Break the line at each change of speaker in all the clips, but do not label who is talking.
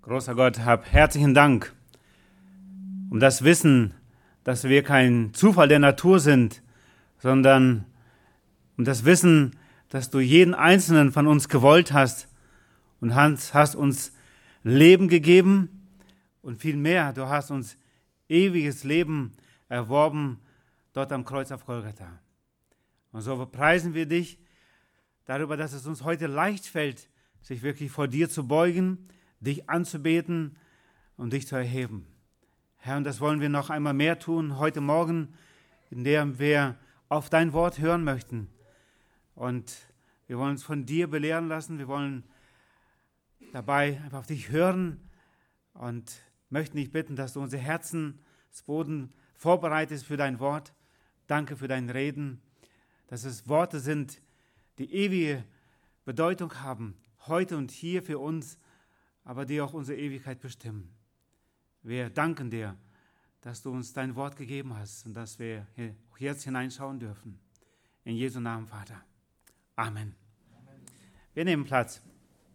Großer Gott, hab herzlichen Dank um das Wissen, dass wir kein Zufall der Natur sind, sondern um das Wissen, dass du jeden Einzelnen von uns gewollt hast und hast uns Leben gegeben und viel mehr, du hast uns ewiges Leben erworben dort am Kreuz auf Golgatha. Und so preisen wir dich darüber, dass es uns heute leicht fällt, sich wirklich vor dir zu beugen, dich anzubeten und dich zu erheben. Herr, und das wollen wir noch einmal mehr tun heute Morgen, indem wir auf dein Wort hören möchten. Und wir wollen uns von dir belehren lassen. Wir wollen dabei einfach auf dich hören und möchten dich bitten, dass du unser Herzensboden vorbereitest für dein Wort. Danke für dein Reden, dass es Worte sind, die ewige Bedeutung haben, heute und hier für uns, aber die auch unsere Ewigkeit bestimmen. Wir danken dir, dass du uns dein Wort gegeben hast und dass wir jetzt hineinschauen dürfen. In Jesu Namen, Vater. Amen. Wir nehmen Platz.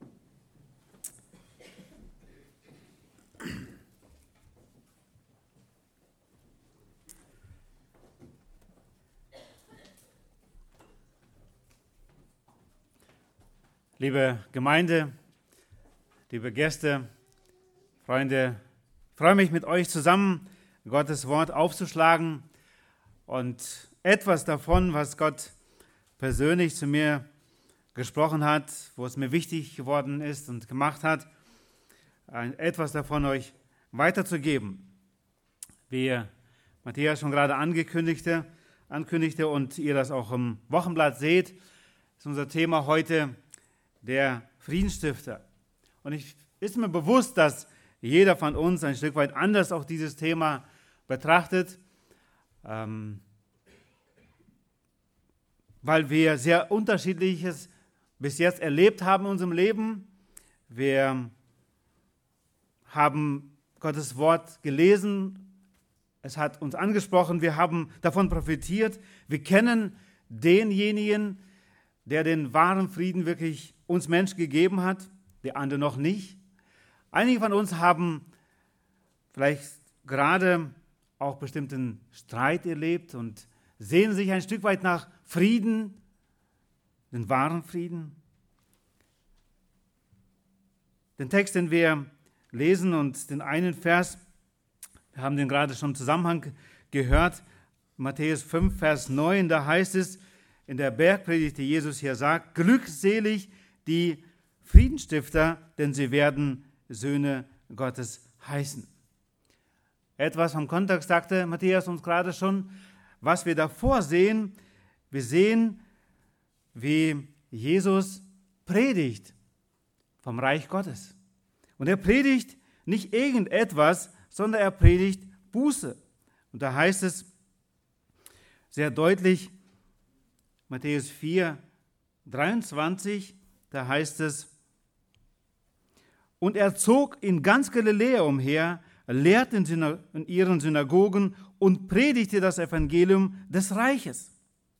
Liebe Gemeinde, liebe Gäste, Freunde, ich freue mich mit euch zusammen, Gottes Wort aufzuschlagen und etwas davon, was Gott persönlich zu mir gesprochen hat, wo es mir wichtig geworden ist und gemacht hat, etwas davon euch weiterzugeben. Wie Matthias schon gerade ankündigte und ihr das auch im Wochenblatt seht, ist unser Thema heute der Friedensstifter. Und ist mir bewusst, dass jeder von uns ein Stück weit anders auch dieses Thema betrachtet, weil wir sehr Unterschiedliches bis jetzt erlebt haben in unserem Leben. Wir haben Gottes Wort gelesen, es hat uns angesprochen, wir haben davon profitiert, wir kennen denjenigen, der den wahren Frieden wirklich uns Menschen gegeben hat, die anderen noch nicht. Einige von uns haben vielleicht gerade auch bestimmten Streit erlebt und sehnen sich ein Stück weit nach Frieden, den wahren Frieden. Den Text, den wir lesen und den einen Vers, wir haben den gerade schon im Zusammenhang gehört, Matthäus 5, Vers 9, da heißt es in der Bergpredigt, die Jesus hier sagt, glückselig die Friedensstifter, denn sie werden Söhne Gottes heißen. Etwas vom Kontext sagte Matthäus uns gerade schon, was wir davor sehen. Wir sehen, wie Jesus predigt vom Reich Gottes. Und er predigt nicht irgendetwas, sondern er predigt Buße. Und da heißt es sehr deutlich, Matthäus 4, 23, da heißt es, und er zog in ganz Galiläa umher, lehrte in ihren Synagogen und predigte das Evangelium des Reiches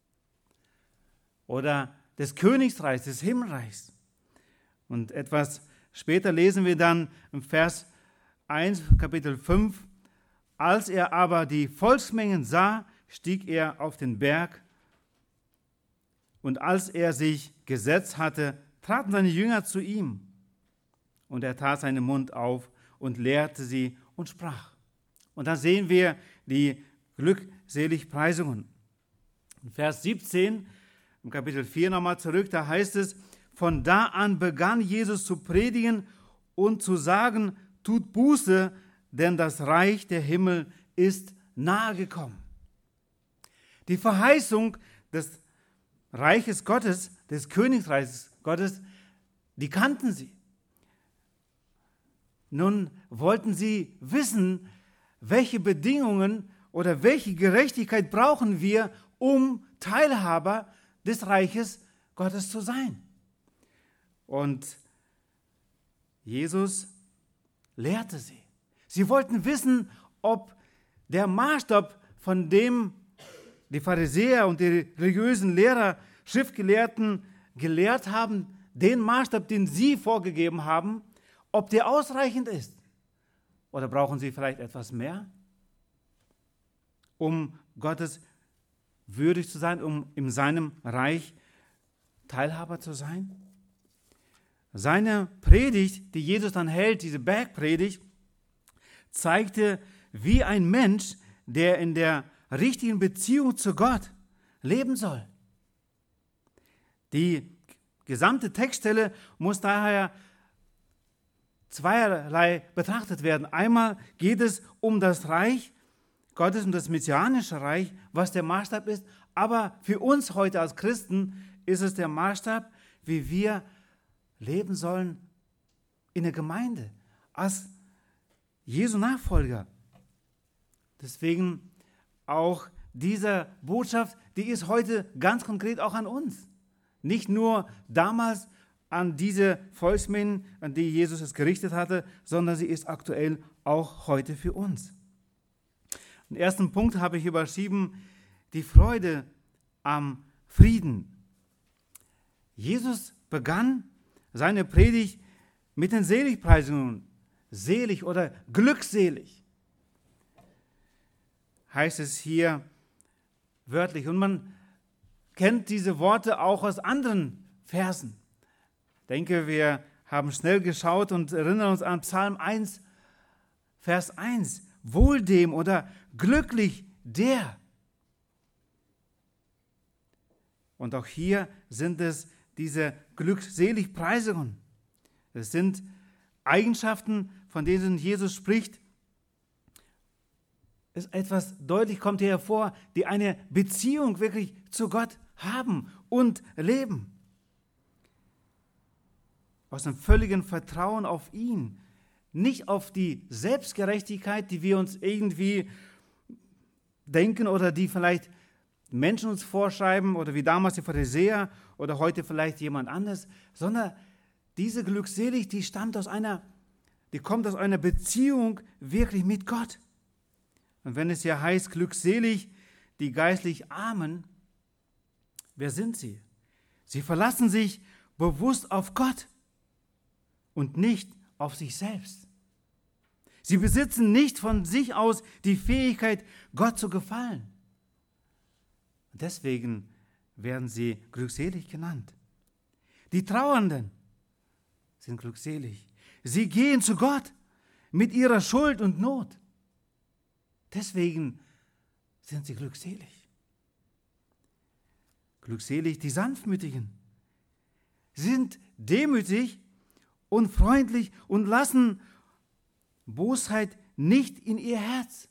oder des Königsreichs, des Himmelreichs. Und etwas später lesen wir dann im Vers 1, Kapitel 5, als er aber die Volksmengen sah, stieg er auf den Berg und als er sich gesetzt hatte, traten seine Jünger zu ihm. Und er tat seinen Mund auf und lehrte sie und sprach. Und da sehen wir die Glückseligpreisungen. In Vers 17, im Kapitel 4 nochmal zurück, da heißt es, von da an begann Jesus zu predigen und zu sagen, tut Buße, denn das Reich der Himmel ist nahe gekommen. Die Verheißung des Reiches Gottes, des Königreiches Gottes, die kannten sie. Nun wollten sie wissen, welche Bedingungen oder welche Gerechtigkeit brauchen wir, um Teilhaber des Reiches Gottes zu sein. Und Jesus lehrte sie. Sie wollten wissen, ob der Maßstab, von dem die Pharisäer und die religiösen Lehrer, Schriftgelehrten gelehrt haben, den Maßstab, den sie vorgegeben haben, ob der ausreichend ist. Oder brauchen Sie vielleicht etwas mehr, um Gottes würdig zu sein, um in seinem Reich Teilhaber zu sein? Seine Predigt, die Jesus dann hält, diese Bergpredigt, zeigte, wie ein Mensch, der in der richtigen Beziehung zu Gott leben soll. Die gesamte Textstelle muss daher zweierlei betrachtet werden. Einmal geht es um das Reich Gottes, um das messianische Reich, was der Maßstab ist. Aber für uns heute als Christen ist es der Maßstab, wie wir leben sollen in der Gemeinde, als Jesu Nachfolger. Deswegen auch diese Botschaft, die ist heute ganz konkret auch an uns. Nicht nur damals an diese Volksmengen, an die Jesus es gerichtet hatte, sondern sie ist aktuell auch heute für uns. Den ersten Punkt habe ich überschrieben, die Freude am Frieden. Jesus begann seine Predigt mit den Seligpreisungen. Selig oder glückselig heißt es hier wörtlich. Und man kennt diese Worte auch aus anderen Versen. Ich denke, wir haben schnell geschaut und erinnern uns an Psalm 1, Vers 1. Wohl dem oder glücklich der. Und auch hier sind es diese Glückseligpreisungen. Es sind Eigenschaften, von denen Jesus spricht. Es etwas deutlich kommt hier hervor, die eine Beziehung wirklich zu Gott haben und leben. Aus einem völligen Vertrauen auf ihn, nicht auf die Selbstgerechtigkeit, die wir uns irgendwie denken oder die vielleicht Menschen uns vorschreiben oder wie damals die Pharisäer oder heute vielleicht jemand anderes, sondern diese Glückselig, die kommt aus einer Beziehung wirklich mit Gott. Und wenn es ja heißt, glückselig, die geistlich Armen, wer sind sie? Sie verlassen sich bewusst auf Gott und nicht auf sich selbst. Sie besitzen nicht von sich aus die Fähigkeit, Gott zu gefallen. Deswegen werden sie glückselig genannt. Die Trauernden sind glückselig. Sie gehen zu Gott mit ihrer Schuld und Not. Deswegen sind sie glückselig. Glückselig die Sanftmütigen. Sie sind demütig und freundlich und lassen Bosheit nicht in ihr Herz.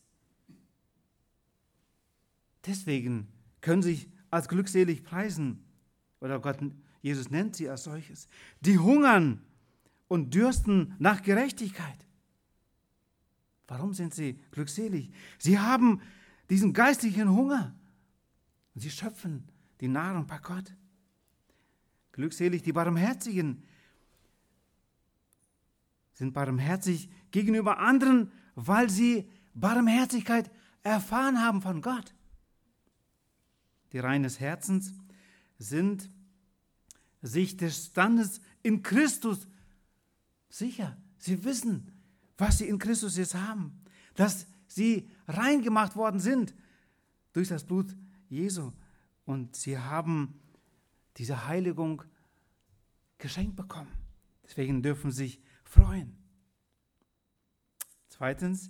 Deswegen können sie sich als glückselig preisen. Oder Gott, Jesus nennt sie als solches. Die hungern und dürsten nach Gerechtigkeit. Warum sind sie glückselig? Sie haben diesen geistlichen Hunger und sie schöpfen die Nahrung bei Gott. Glückselig die Barmherzigen sind barmherzig gegenüber anderen, weil sie Barmherzigkeit erfahren haben von Gott. Die reines Herzens sind sich des Standes in Christus sicher. Sie wissen, was sie in Christus jetzt haben, dass sie rein gemacht worden sind durch das Blut Jesu. Und sie haben diese Heiligung geschenkt bekommen. Deswegen dürfen sie sich freuen. Zweitens,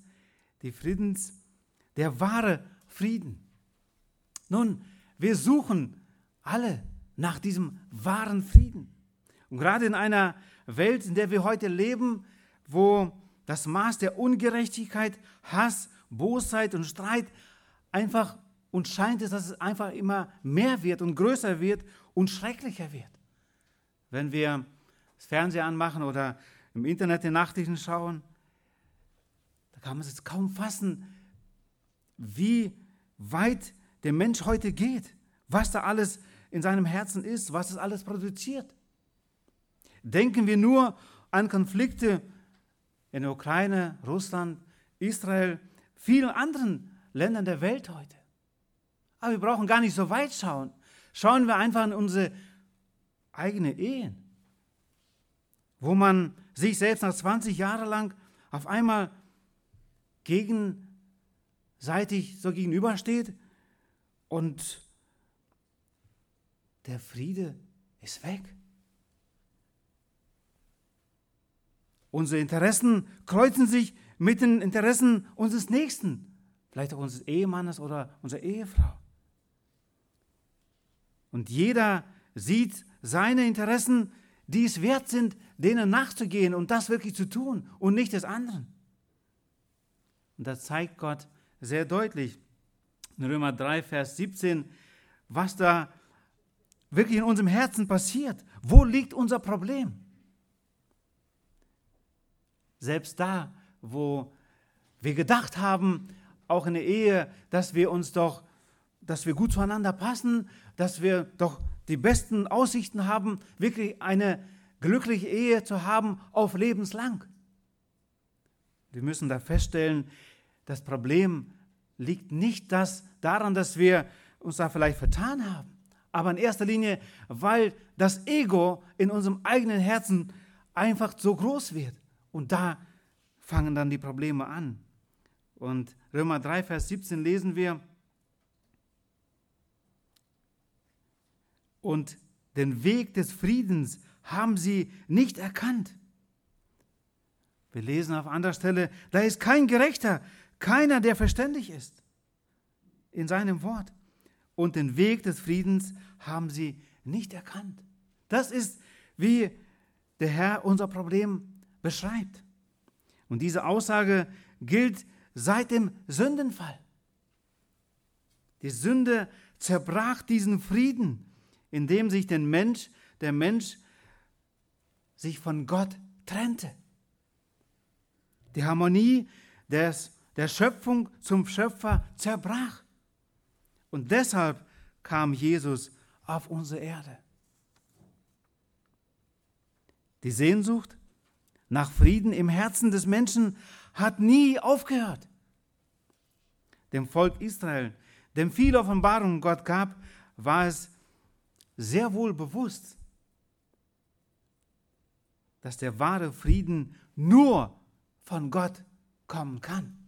der wahre Frieden. Nun, wir suchen alle nach diesem wahren Frieden. Und gerade in einer Welt, in der wir heute leben, wo das Maß der Ungerechtigkeit, Hass, Bosheit und Streit einfach und scheint es, dass es einfach immer mehr wird und größer wird und schrecklicher wird. Wenn wir das Fernsehen anmachen oder im Internet die Nachrichten schauen, da kann man es kaum fassen, wie weit der Mensch heute geht, was da alles in seinem Herzen ist, was es alles produziert. Denken wir nur an Konflikte in der Ukraine, Russland, Israel, vielen anderen Ländern der Welt heute. Aber wir brauchen gar nicht so weit schauen. Schauen wir einfach in unsere eigenen Ehen. wo man sich selbst nach 20 Jahren lang auf einmal gegenseitig so gegenübersteht und der Friede ist weg. Unsere Interessen kreuzen sich mit den Interessen unseres Nächsten, vielleicht auch unseres Ehemannes oder unserer Ehefrau. Und jeder sieht seine Interessen, die es wert sind, denen nachzugehen und das wirklich zu tun und nicht des anderen. Und das zeigt Gott sehr deutlich in Römer 3, Vers 17, was da wirklich in unserem Herzen passiert. Wo liegt unser Problem? Selbst da, wo wir gedacht haben, auch in der Ehe, dass wir gut zueinander passen, dass wir doch die besten Aussichten haben, wirklich eine glückliche Ehe zu haben auf lebenslang. Wir müssen da feststellen, das Problem liegt nicht daran, dass wir uns da vielleicht vertan haben, aber in erster Linie, weil das Ego in unserem eigenen Herzen einfach so groß wird. Und da fangen dann die Probleme an. Und Römer 3, Vers 17 lesen wir, und den Weg des Friedens haben sie nicht erkannt. Wir lesen auf anderer Stelle, da ist kein Gerechter, keiner, der verständig ist in seinem Wort. Und den Weg des Friedens haben sie nicht erkannt. Das ist, wie der Herr unser Problem beschreibt. Und diese Aussage gilt seit dem Sündenfall. Die Sünde zerbrach diesen Frieden, indem sich der Mensch sich von Gott trennte. Die Harmonie der Schöpfung zum Schöpfer zerbrach. Und deshalb kam Jesus auf unsere Erde. Die Sehnsucht nach Frieden im Herzen des Menschen hat nie aufgehört. Dem Volk Israel, dem viel Offenbarung Gott gab, war es sehr wohl bewusst, dass der wahre Frieden nur von Gott kommen kann.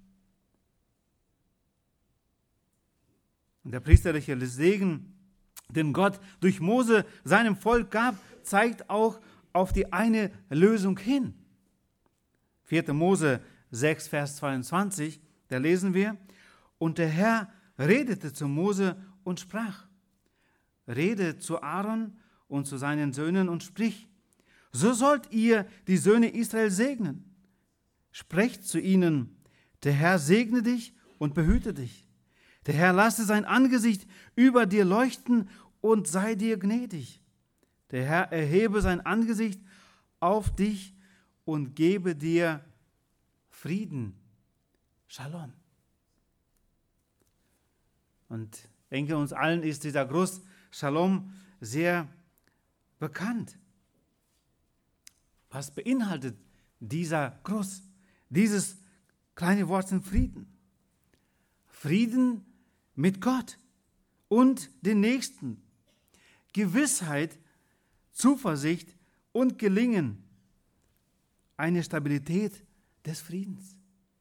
Und der priesterliche Segen, den Gott durch Mose seinem Volk gab, zeigt auch auf die eine Lösung hin. 4. Mose 6, Vers 22, da lesen wir, und der Herr redete zu Mose und sprach, rede zu Aaron und zu seinen Söhnen und sprich, so sollt ihr die Söhne Israel segnen. Sprecht zu ihnen, der Herr segne dich und behüte dich. Der Herr lasse sein Angesicht über dir leuchten und sei dir gnädig. Der Herr erhebe sein Angesicht auf dich und gebe dir Frieden. Shalom. Und ich denke, uns allen ist dieser Gruß Shalom sehr bekannt. Was beinhaltet dieser Gruß? Dieses kleine Wort sind Frieden. Frieden mit Gott und den Nächsten. Gewissheit, Zuversicht und Gelingen. Eine Stabilität des Friedens.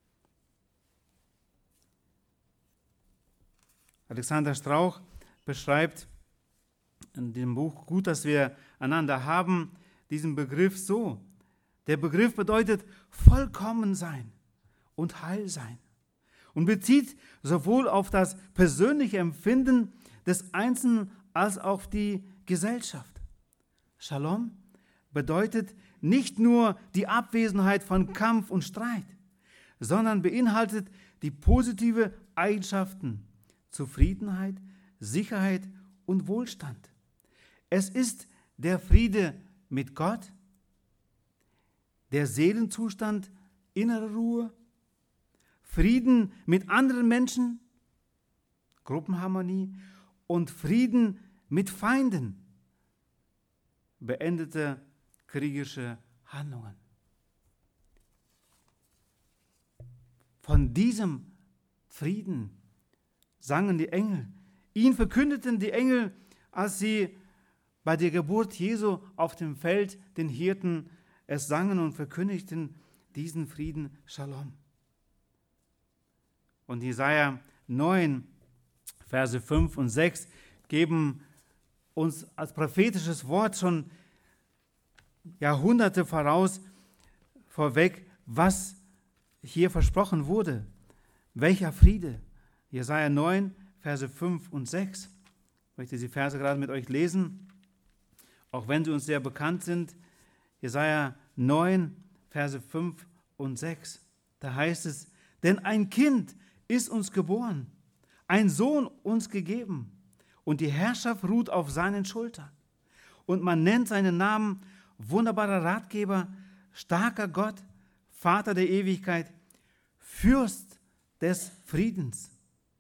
Alexander Strauch beschreibt in dem Buch Gut, dass wir einander haben, diesen Begriff so. Der Begriff bedeutet vollkommen sein und heil sein und bezieht sowohl auf das persönliche Empfinden des Einzelnen als auch auf die Gesellschaft. Shalom bedeutet nicht nur die Abwesenheit von Kampf und Streit, sondern beinhaltet die positive Eigenschaften Zufriedenheit, Sicherheit und Wohlstand. Es ist der Friede mit Gott, der Seelenzustand, innere Ruhe, Frieden mit anderen Menschen, Gruppenharmonie und Frieden mit Feinden, beendete kriegerische Handlungen. Von diesem Frieden sangen die Engel. Ihn verkündeten die Engel, als sie bei der Geburt Jesu auf dem Feld den Hirten es sangen und verkündigten diesen Frieden Shalom. Und Jesaja 9, Verse 5 und 6 geben uns als prophetisches Wort schon Jahrhunderte vorweg, was hier versprochen wurde. Welcher Friede? Jesaja 9, Verse 5 und 6. Ich möchte diese Verse gerade mit euch lesen, auch wenn sie uns sehr bekannt sind. Jesaja 9, Verse 5 und 6. Da heißt es, denn ein Kind ist uns geboren, ein Sohn uns gegeben, und die Herrschaft ruht auf seinen Schultern. Und man nennt seinen Namen wunderbarer Ratgeber, starker Gott, Vater der Ewigkeit, Fürst des Friedens.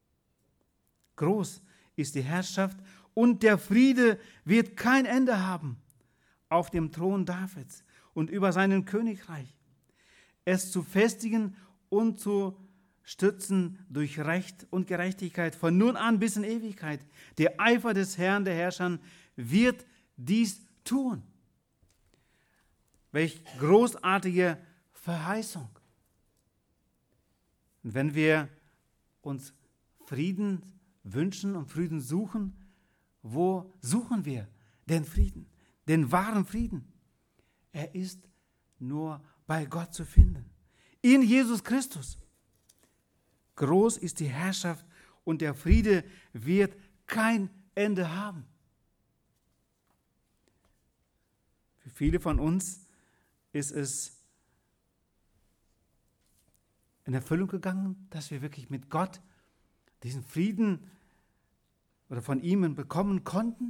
Groß ist die Herrschaft und der Friede wird kein Ende haben auf dem Thron Davids und über seinem Königreich, es zu festigen und zu stützen durch Recht und Gerechtigkeit von nun an bis in Ewigkeit. Der Eifer des Herrn der Herrscher wird dies tun. Welch großartige Verheißung. Und wenn wir uns Frieden wünschen und Frieden suchen, wo suchen wir den Frieden, den wahren Frieden? Er ist nur bei Gott zu finden, in Jesus Christus. Groß ist die Herrschaft und der Friede wird kein Ende haben. Für viele von uns ist es in Erfüllung gegangen, dass wir wirklich mit Gott diesen Frieden oder von ihm bekommen konnten.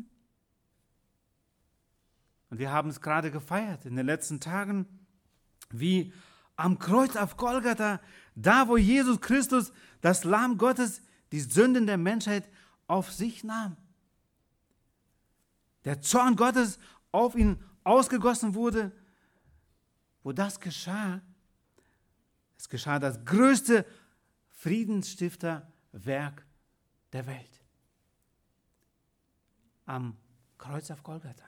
Und wir haben es gerade gefeiert in den letzten Tagen, wie am Kreuz auf Golgatha, da wo Jesus Christus, das Lamm Gottes, die Sünden der Menschheit auf sich nahm. Der Zorn Gottes auf ihn ausgegossen wurde. Wo das geschah, es geschah das größte Friedensstifterwerk der Welt. Am Kreuz auf Golgatha.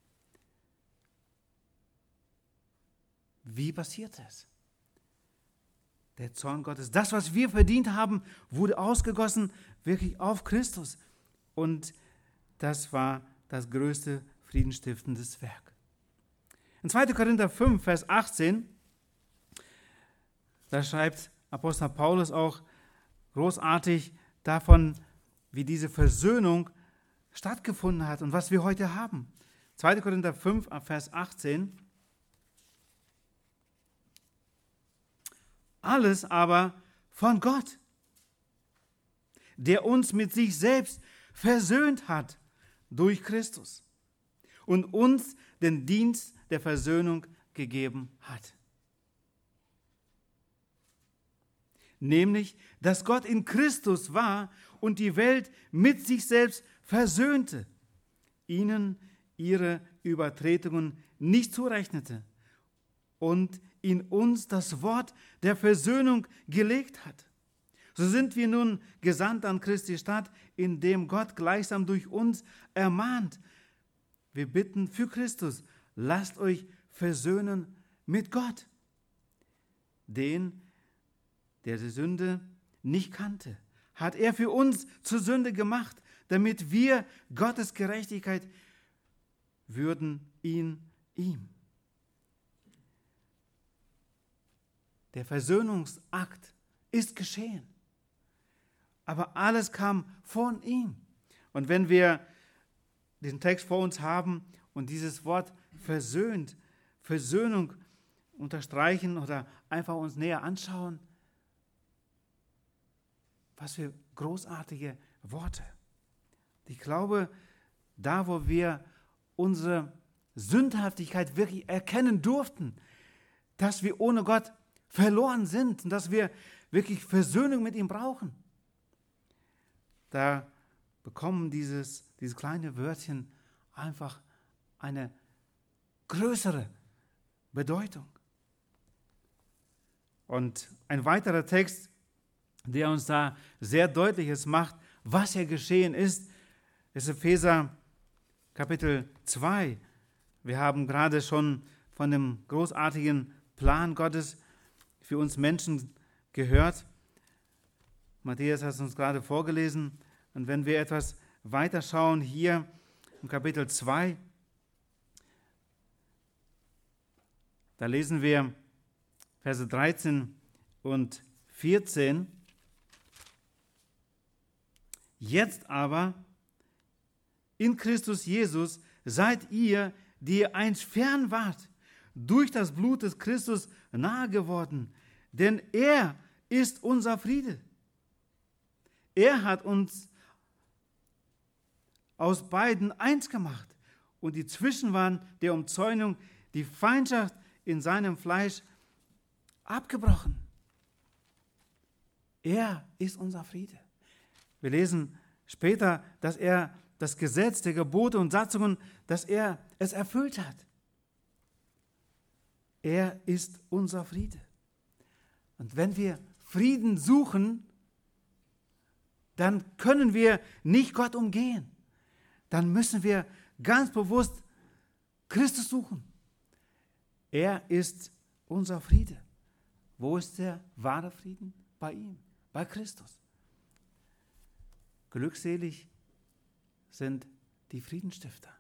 Wie passierte es? Der Zorn Gottes, das, was wir verdient haben, wurde ausgegossen, wirklich auf Christus. Und das war das größte friedensstiftendes Werk. In 2. Korinther 5, Vers 18, da schreibt Apostel Paulus auch großartig davon, wie diese Versöhnung stattgefunden hat und was wir heute haben. 2. Korinther 5, Vers 18. Alles aber von Gott, der uns mit sich selbst versöhnt hat durch Christus und uns den Dienst der Versöhnung gegeben hat. Nämlich, dass Gott in Christus war und die Welt mit sich selbst versöhnte, ihnen ihre Übertretungen nicht zurechnete und in uns das Wort der Versöhnung gelegt hat. So sind wir nun gesandt an Christi Stadt, in dem Gott gleichsam durch uns ermahnt. Wir bitten für Christus, lasst euch versöhnen mit Gott, den, der die Sünde nicht kannte, hat er für uns zur Sünde gemacht, damit wir Gottes Gerechtigkeit würden in ihm. Der Versöhnungsakt ist geschehen. Aber alles kam von ihm. Und wenn wir den Text vor uns haben und dieses Wort versöhnt, Versöhnung unterstreichen oder einfach uns näher anschauen, was für großartige Worte. Ich glaube, da wo wir unsere Sündhaftigkeit wirklich erkennen durften, dass wir ohne Gott verloren sind und dass wir wirklich Versöhnung mit ihm brauchen, da bekommen dieses kleine Wörtchen einfach eine größere Bedeutung. Und ein weiterer Text, der uns da sehr deutliches macht, was hier geschehen ist Epheser Kapitel 2. Wir haben gerade schon von dem großartigen Plan Gottes für uns Menschen gehört. Matthäus hat es uns gerade vorgelesen. Und wenn wir etwas weiter schauen, hier im Kapitel 2, da lesen wir Verse 13 und 14. Jetzt aber in Christus Jesus seid ihr, die ihr einst fern wart, durch das Blut des Christus nahe geworden, denn er ist unser Friede. Er hat uns aus beiden eins gemacht und die Zwischenwand der Umzäunung, die Feindschaft in seinem Fleisch abgebrochen. Er ist unser Friede. Wir lesen später, dass er das Gesetz der Gebote und Satzungen, dass er es erfüllt hat. Er ist unser Friede. Und wenn wir Frieden suchen, dann können wir nicht Gott umgehen. Dann müssen wir ganz bewusst Christus suchen. Er ist unser Friede. Wo ist der wahre Frieden? Bei ihm, bei Christus. Glückselig sind die Friedensstifter.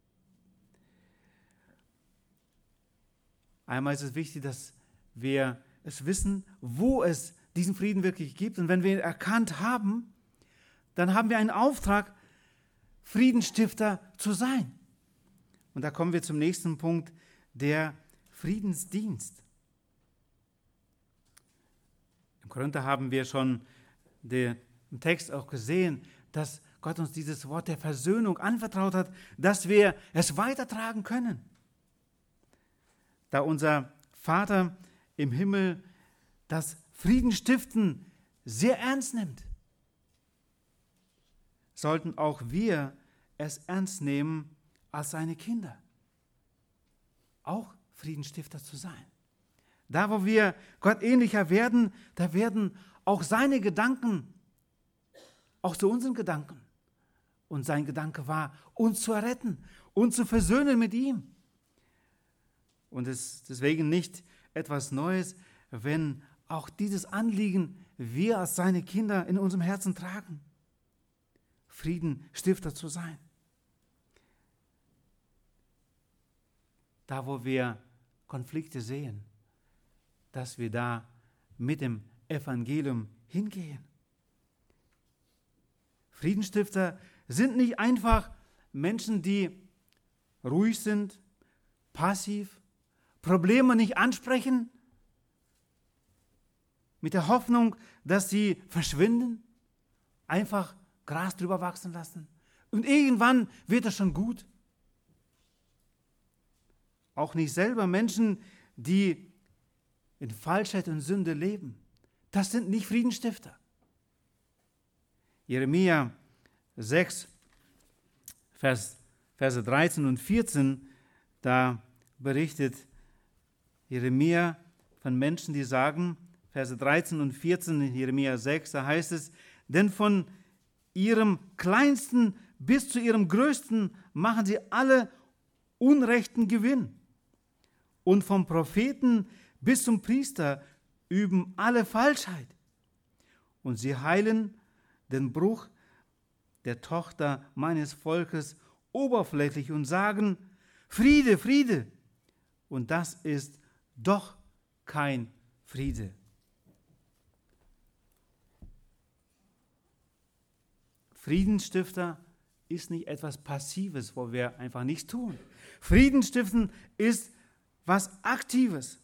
Einmal ist es wichtig, dass wir es wissen, wo es diesen Frieden wirklich gibt. Und wenn wir ihn erkannt haben, dann haben wir einen Auftrag, Friedensstifter zu sein. Und da kommen wir zum nächsten Punkt, der Friedensdienst. Im Korinther haben wir schon im Text auch gesehen, dass Gott uns dieses Wort der Versöhnung anvertraut hat, dass wir es weitertragen können. Da unser Vater im Himmel das Friedensstiften sehr ernst nimmt, sollten auch wir es ernst nehmen als seine Kinder, auch Friedensstifter zu sein. Da, wo wir Gott ähnlicher werden, da werden auch seine Gedanken auch zu unseren Gedanken. Und sein Gedanke war, uns zu erretten, uns zu versöhnen mit ihm. Und es ist deswegen nicht etwas Neues, wenn auch dieses Anliegen wir als seine Kinder in unserem Herzen tragen, Friedensstifter zu sein. Da, wo wir Konflikte sehen, dass wir da mit dem Evangelium hingehen. Friedensstifter sind nicht einfach Menschen, die ruhig sind, passiv, Probleme nicht ansprechen, mit der Hoffnung, dass sie verschwinden, einfach Gras drüber wachsen lassen und irgendwann wird es schon gut. Auch nicht selber Menschen, die in Falschheit und Sünde leben. Das sind nicht Friedensstifter. Jeremia 6, Verse 13 und 14, da berichtet Jeremia von Menschen, die sagen, Verse 13 und 14 in Jeremia 6, da heißt es, denn von ihrem Kleinsten bis zu ihrem Größten machen sie alle unrechten Gewinn. Und vom Propheten bis zum Priester üben alle Falschheit. Und sie heilen den Bruch der Tochter meines Volkes oberflächlich und sagen, Friede, Friede. Und das ist doch kein Friede. Friedensstifter ist nicht etwas Passives, wo wir einfach nichts tun. Friedensstiften ist was Aktives.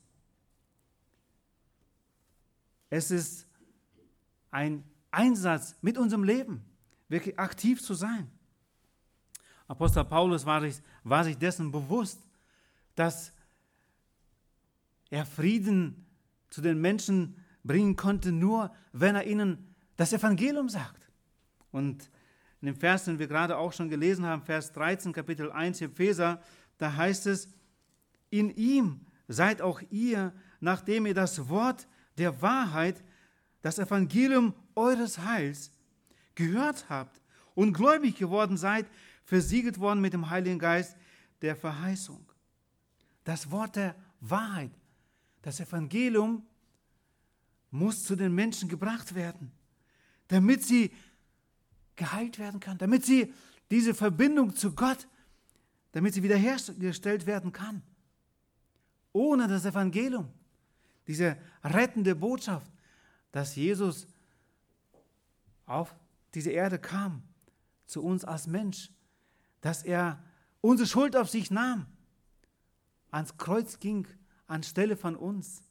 Es ist ein Einsatz mit unserem Leben, wirklich aktiv zu sein. Apostel Paulus war sich dessen bewusst, dass er Frieden zu den Menschen bringen konnte, nur wenn er ihnen das Evangelium sagt. Und in dem Vers, den wir gerade auch schon gelesen haben, Vers 13, Kapitel 1 Epheser, da heißt es, in ihm seid auch ihr, nachdem ihr das Wort der Wahrheit, das Evangelium eures Heils, gehört habt und gläubig geworden seid, versiegelt worden mit dem Heiligen Geist der Verheißung. das Wort der Wahrheit, das Evangelium muss zu den Menschen gebracht werden, damit sie geheilt werden kann, damit sie diese Verbindung zu Gott, damit sie wiederhergestellt werden kann. Ohne das Evangelium, diese rettende Botschaft, dass Jesus auf diese Erde kam, zu uns als Mensch, dass er unsere Schuld auf sich nahm, ans Kreuz ging, anstelle von uns,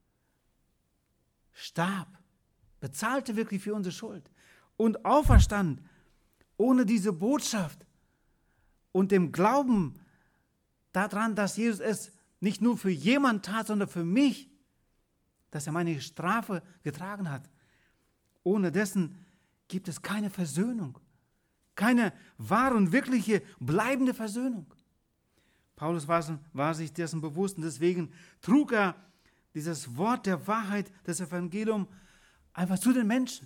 starb, bezahlte wirklich für unsere Schuld und auferstand. Ohne diese Botschaft und dem Glauben daran, dass Jesus es nicht nur für jemanden tat, sondern für mich, dass er meine Strafe getragen hat. Ohne dessen gibt es keine Versöhnung, keine wahre und wirkliche bleibende Versöhnung. Paulus war sich dessen bewusst und deswegen trug er dieses Wort der Wahrheit, das Evangelium, einfach zu den Menschen.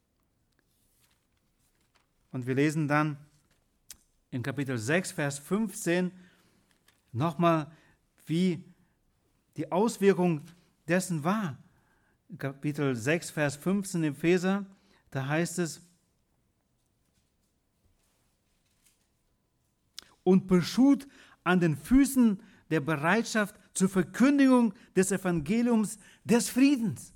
Und wir lesen dann in Kapitel 6, Vers 15 nochmal, wie die Auswirkung dessen war. In Kapitel 6, Vers 15 im Epheser, da heißt es, und beschut an den Füßen der Bereitschaft zur Verkündigung des Evangeliums des Friedens.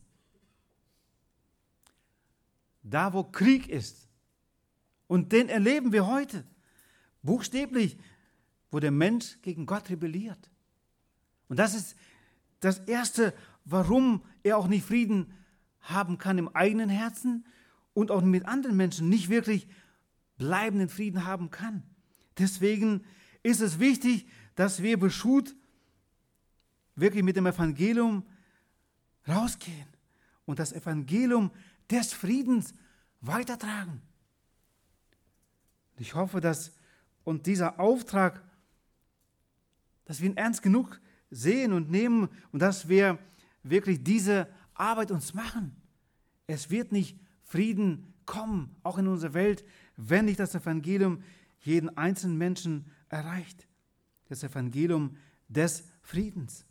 Da, wo Krieg ist, und den erleben wir heute, buchstäblich, wo der Mensch gegen Gott rebelliert. Und das ist das Erste, warum er auch nicht Frieden haben kann im eigenen Herzen und auch mit anderen Menschen nicht wirklich bleibenden Frieden haben kann. Deswegen ist es wichtig, dass wir beschut wirklich mit dem Evangelium rausgehen und das Evangelium des Friedens weitertragen. Ich hoffe, dass und dieser Auftrag, dass wir ihn ernst genug sehen und nehmen und dass wir wirklich diese Arbeit uns machen. Es wird nicht Frieden kommen, auch in unserer Welt, wenn nicht das Evangelium jeden einzelnen Menschen erreicht. Das Evangelium des Friedens.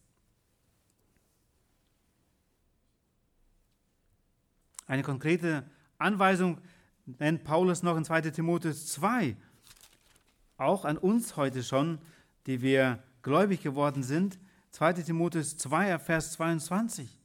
Eine konkrete Anweisung nennt Paulus noch in 2. Timotheus 2, auch an uns heute schon, die wir gläubig geworden sind. 2. Timotheus 2, Vers 22.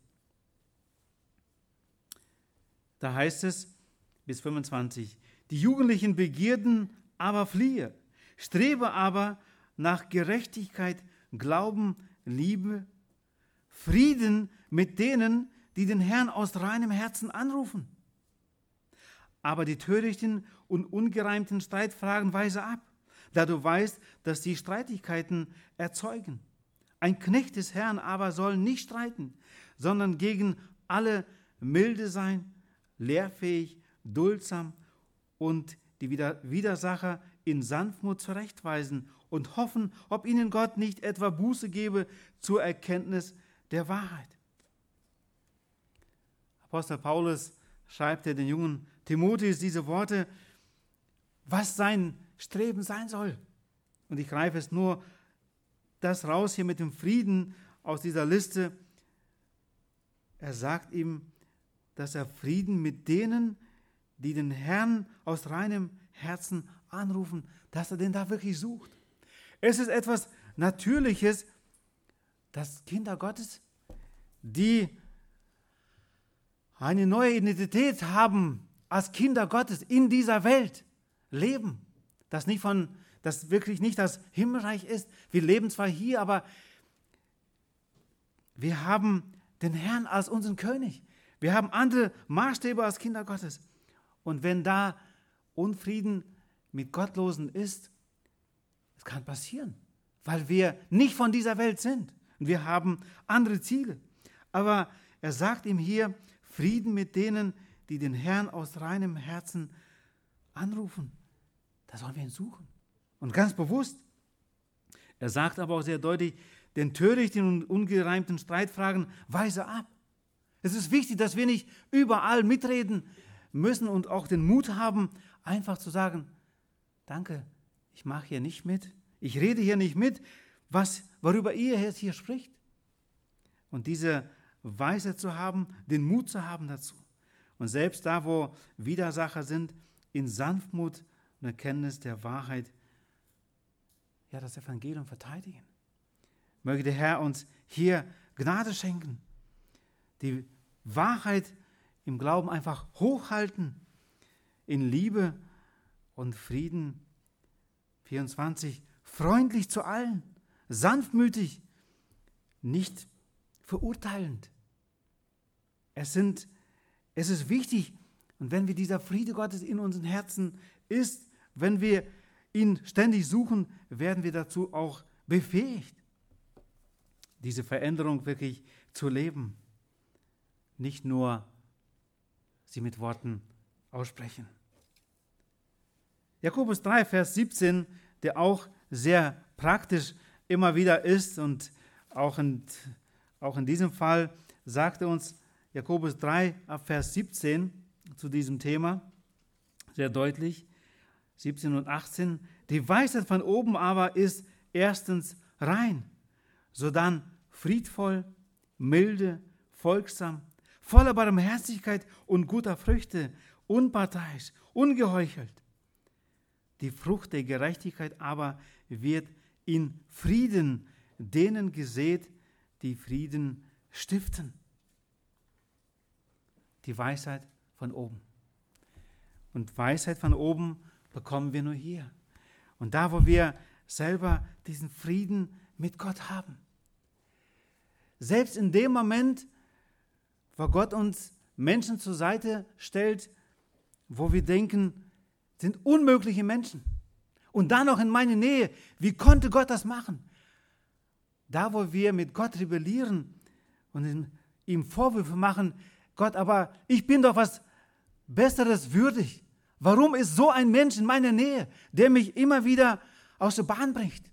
Da heißt es bis 25, die jugendlichen Begierden aber fliehe, strebe aber nach Gerechtigkeit, Glauben, Liebe, Frieden mit denen, die den Herrn aus reinem Herzen anrufen. Aber die törichten und ungereimten Streitfragen weise ab, da du weißt, dass die Streitigkeiten erzeugen. Ein Knecht des Herrn aber soll nicht streiten, sondern gegen alle milde sein, lehrfähig, duldsam und die Widersacher in Sanftmut zurechtweisen und hoffen, ob ihnen Gott nicht etwa Buße gebe zur Erkenntnis der Wahrheit. Apostel Paulus schreibt den jungen Timotheus diese Worte, was sein Streben sein soll. Und ich greife es nur das raus hier mit dem Frieden aus dieser Liste. Er sagt ihm, dass er Frieden mit denen, die den Herrn aus reinem Herzen anrufen, dass er den da wirklich sucht. Es ist etwas Natürliches, dass Kinder Gottes, die eine neue Identität haben als Kinder Gottes in dieser Welt, leben. Das wirklich nicht das Himmelreich ist. Wir leben zwar hier, aber wir haben den Herrn als unseren König. Wir haben andere Maßstäbe als Kinder Gottes. Und wenn da Unfrieden mit Gottlosen ist, das kann passieren, weil wir nicht von dieser Welt sind. Und wir haben andere Ziele. Aber er sagt ihm hier, Frieden mit denen, die den Herrn aus reinem Herzen anrufen. Da sollen wir ihn suchen. Und ganz bewusst. Er sagt aber auch sehr deutlich, den törichten und ungereimten Streitfragen weise ab. Es ist wichtig, dass wir nicht überall mitreden müssen und auch den Mut haben, einfach zu sagen, danke, ich mache hier nicht mit, ich rede hier nicht mit, worüber ihr jetzt hier spricht. Und diese Weisheit zu haben, den Mut zu haben dazu. Und selbst da, wo Widersacher sind, in Sanftmut und Erkenntnis der Wahrheit, ja, das Evangelium verteidigen. Möge der Herr uns hier Gnade schenken, die Wahrheit im Glauben einfach hochhalten, in Liebe und Frieden. 24, freundlich zu allen, sanftmütig, nicht verurteilend. Es ist wichtig, und wenn wir dieser Friede Gottes in unseren Herzen ist, wenn wir ihn ständig suchen, werden wir dazu auch befähigt, diese Veränderung wirklich zu leben. Nicht nur sie mit Worten aussprechen. Jakobus 3, Vers 17, der auch sehr praktisch immer wieder ist und auch in diesem Fall sagte uns Jakobus 3, Vers 17 zu diesem Thema sehr deutlich, 17 und 18, die Weisheit von oben aber ist erstens rein, sodann friedvoll, milde, folgsam, voller Barmherzigkeit und guter Früchte, unparteiisch, ungeheuchelt. Die Frucht der Gerechtigkeit aber wird in Frieden denen gesät, die Frieden stiften. Die Weisheit von oben. Und Weisheit von oben bekommen wir nur hier. Und da, wo wir selber diesen Frieden mit Gott haben. Selbst in dem Moment, wo Gott uns Menschen zur Seite stellt, wo wir denken, sind unmögliche Menschen. Und dann noch in meine Nähe. Wie konnte Gott das machen? Da, wo wir mit Gott rebellieren und ihm Vorwürfe machen, Gott, aber ich bin doch was Besseres würdig. Warum ist so ein Mensch in meiner Nähe, der mich immer wieder aus der Bahn bringt?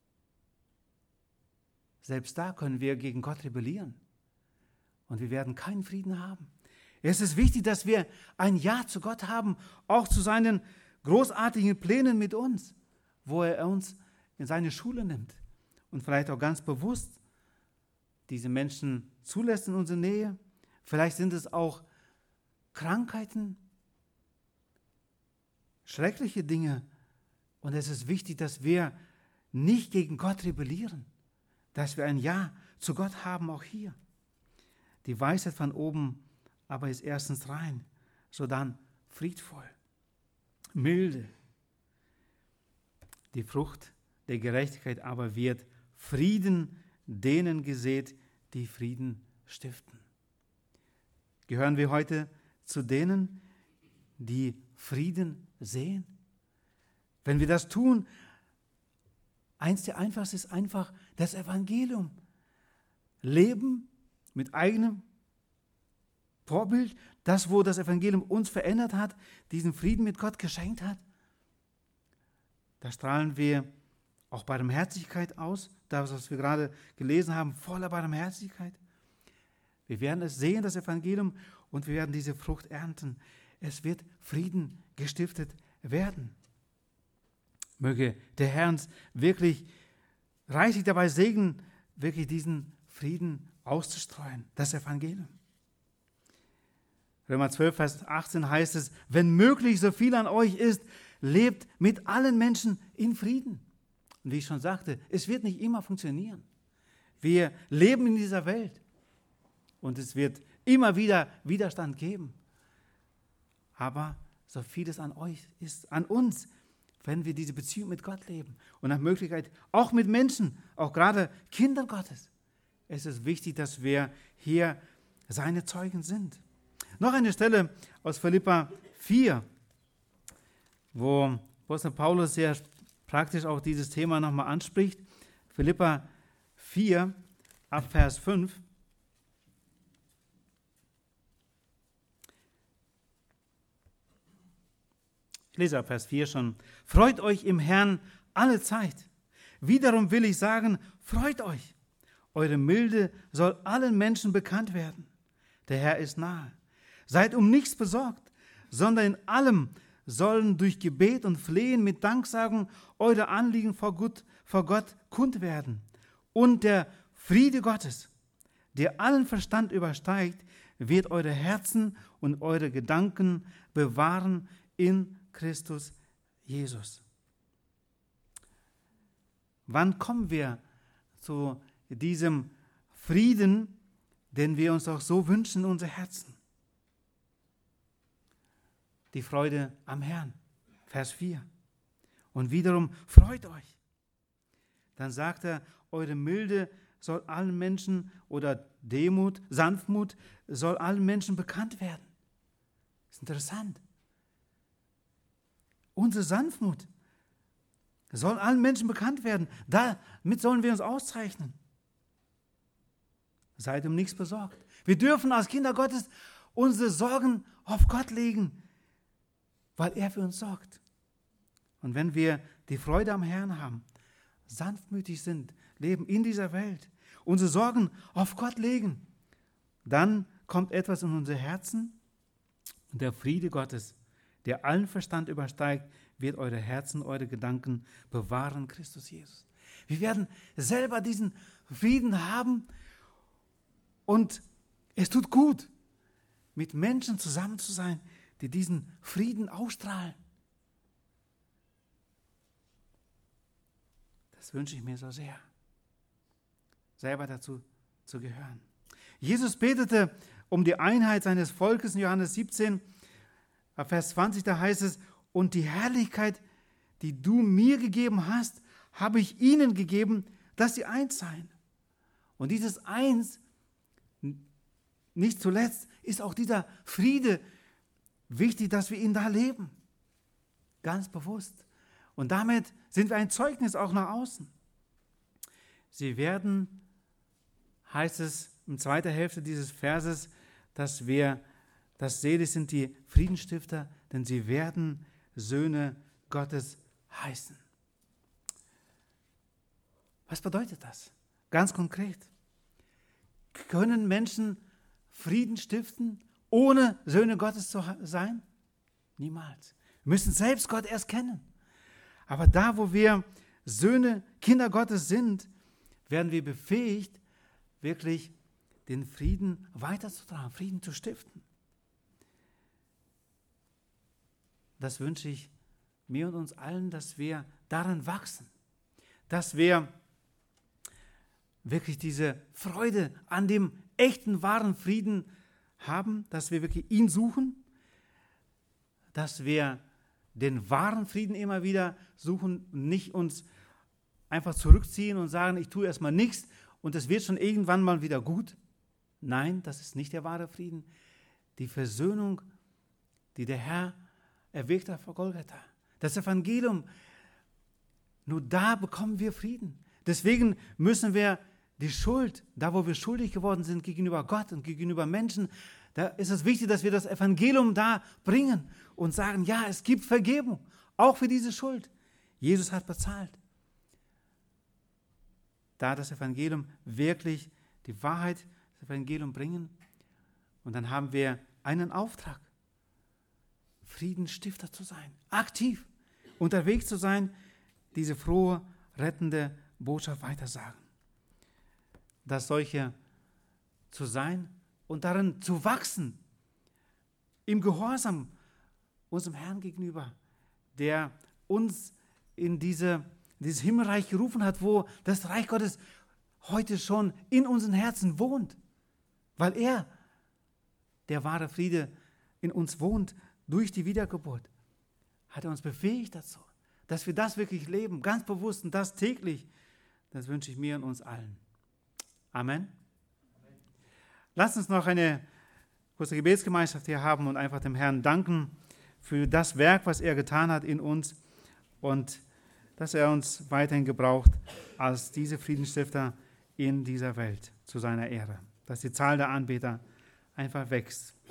Selbst da können wir gegen Gott rebellieren. Und wir werden keinen Frieden haben. Es ist wichtig, dass wir ein Ja zu Gott haben, auch zu seinen großartigen Plänen mit uns, wo er uns in seine Schule nimmt und vielleicht auch ganz bewusst diese Menschen zulässt in unsere Nähe. Vielleicht sind es auch Krankheiten, schreckliche Dinge. Und es ist wichtig, dass wir nicht gegen Gott rebellieren, dass wir ein Ja zu Gott haben, auch hier. Die Weisheit von oben aber ist erstens rein, sodann friedvoll, milde. Die Frucht der Gerechtigkeit aber wird Frieden denen gesät, die Frieden stiften. Gehören wir heute zu denen, die Frieden sehen? Wenn wir das tun, eins der Einfachsten ist einfach das Evangelium. Leben mit eigenem Vorbild, das, wo das Evangelium uns verändert hat, diesen Frieden mit Gott geschenkt hat. Da strahlen wir auch Barmherzigkeit aus, das, was wir gerade gelesen haben, voller Barmherzigkeit. Wir werden es sehen, das Evangelium, und wir werden diese Frucht ernten. Es wird Frieden gestiftet werden. Möge der Herr uns wirklich reichlich dabei segnen, wirklich diesen Frieden auszustreuen, das Evangelium. Römer 12, Vers 18 heißt es, wenn möglich, so viel an euch ist, lebt mit allen Menschen in Frieden. Und wie ich schon sagte, es wird nicht immer funktionieren. Wir leben in dieser Welt und es wird immer wieder Widerstand geben. Aber so viel es an euch ist, an uns, wenn wir diese Beziehung mit Gott leben und nach Möglichkeit auch mit Menschen, auch gerade Kindern Gottes. Es ist wichtig, dass wir hier seine Zeugen sind. Noch eine Stelle aus Philipper 4, wo Apostel Paulus sehr praktisch auch dieses Thema nochmal anspricht. Philipper 4, ab Vers 5. Ich lese ab Vers 4 schon. Freut euch im Herrn alle Zeit. Wiederum will ich sagen, freut euch. Eure Milde soll allen Menschen bekannt werden. Der Herr ist nahe. Seid um nichts besorgt, sondern in allem sollen durch Gebet und Flehen mit Danksagung eure Anliegen vor vor Gott kund werden. Und der Friede Gottes, der allen Verstand übersteigt, wird eure Herzen und eure Gedanken bewahren in Christus Jesus. Wann kommen wir zu diesem Frieden, den wir uns auch so wünschen in unser Herzen? Die Freude am Herrn, Vers 4. Und wiederum, freut euch. Dann sagt er, eure Milde soll allen Menschen, oder Demut, Sanftmut, soll allen Menschen bekannt werden. Das ist interessant. Unsere Sanftmut soll allen Menschen bekannt werden. Damit sollen wir uns auszeichnen. Seid um nichts besorgt. Wir dürfen als Kinder Gottes unsere Sorgen auf Gott legen, weil er für uns sorgt. Und wenn wir die Freude am Herrn haben, sanftmütig sind, leben in dieser Welt, unsere Sorgen auf Gott legen, dann kommt etwas in unser Herzen und der Friede Gottes, der allen Verstand übersteigt, wird eure Herzen, eure Gedanken bewahren, Christus Jesus. Wir werden selber diesen Frieden haben und es tut gut, mit Menschen zusammen zu sein, die diesen Frieden ausstrahlen. Das wünsche ich mir so sehr, selber dazu zu gehören. Jesus betete um die Einheit seines Volkes in Johannes 17, Vers 20, da heißt es, und die Herrlichkeit, die du mir gegeben hast, habe ich ihnen gegeben, dass sie eins seien. Und dieses Eins, nicht zuletzt, ist auch dieser Friede wichtig, dass wir ihn da leben. Ganz bewusst. Und damit sind wir ein Zeugnis auch nach außen. Sie werden, heißt es in zweiter Hälfte dieses Verses, dass selig sind die Friedensstifter, denn sie werden Söhne Gottes heißen. Was bedeutet das? Ganz konkret. Können Menschen Frieden stiften, ohne Söhne Gottes zu sein? Niemals. Wir müssen selbst Gott erst kennen. Aber da, wo wir Söhne, Kinder Gottes sind, werden wir befähigt, wirklich den Frieden weiterzutragen, Frieden zu stiften. Das wünsche ich mir und uns allen, dass wir darin wachsen, dass wir wirklich diese Freude an dem echten, wahren Frieden haben, dass wir wirklich ihn suchen, dass wir den wahren Frieden immer wieder suchen, nicht uns einfach zurückziehen und sagen, ich tue erstmal nichts und es wird schon irgendwann mal wieder gut. Nein, das ist nicht der wahre Frieden. Die Versöhnung, die der Herr erwirkt hat vor Golgatha. Das Evangelium, nur da bekommen wir Frieden. Deswegen müssen wir die Schuld, da wo wir schuldig geworden sind gegenüber Gott und gegenüber Menschen, da ist es wichtig, dass wir das Evangelium da bringen und sagen, ja, es gibt Vergebung, auch für diese Schuld. Jesus hat bezahlt. Da das Evangelium wirklich die Wahrheit, das Evangelium bringen. Und dann haben wir einen Auftrag, Friedensstifter zu sein, aktiv unterwegs zu sein, diese frohe, rettende Botschaft weitersagen. Das solche zu sein und darin zu wachsen, im Gehorsam unserem Herrn gegenüber, der uns in dieses Himmelreich gerufen hat, wo das Reich Gottes heute schon in unseren Herzen wohnt, weil er, der wahre Friede, in uns wohnt durch die Wiedergeburt, hat er uns befähigt dazu, dass wir das wirklich leben, ganz bewusst und das täglich. Das wünsche ich mir und uns allen. Amen. Lasst uns noch eine kurze Gebetsgemeinschaft hier haben und einfach dem Herrn danken für das Werk, was er getan hat in uns und dass er uns weiterhin gebraucht als diese Friedensstifter in dieser Welt zu seiner Ehre. Dass die Zahl der Anbeter einfach wächst.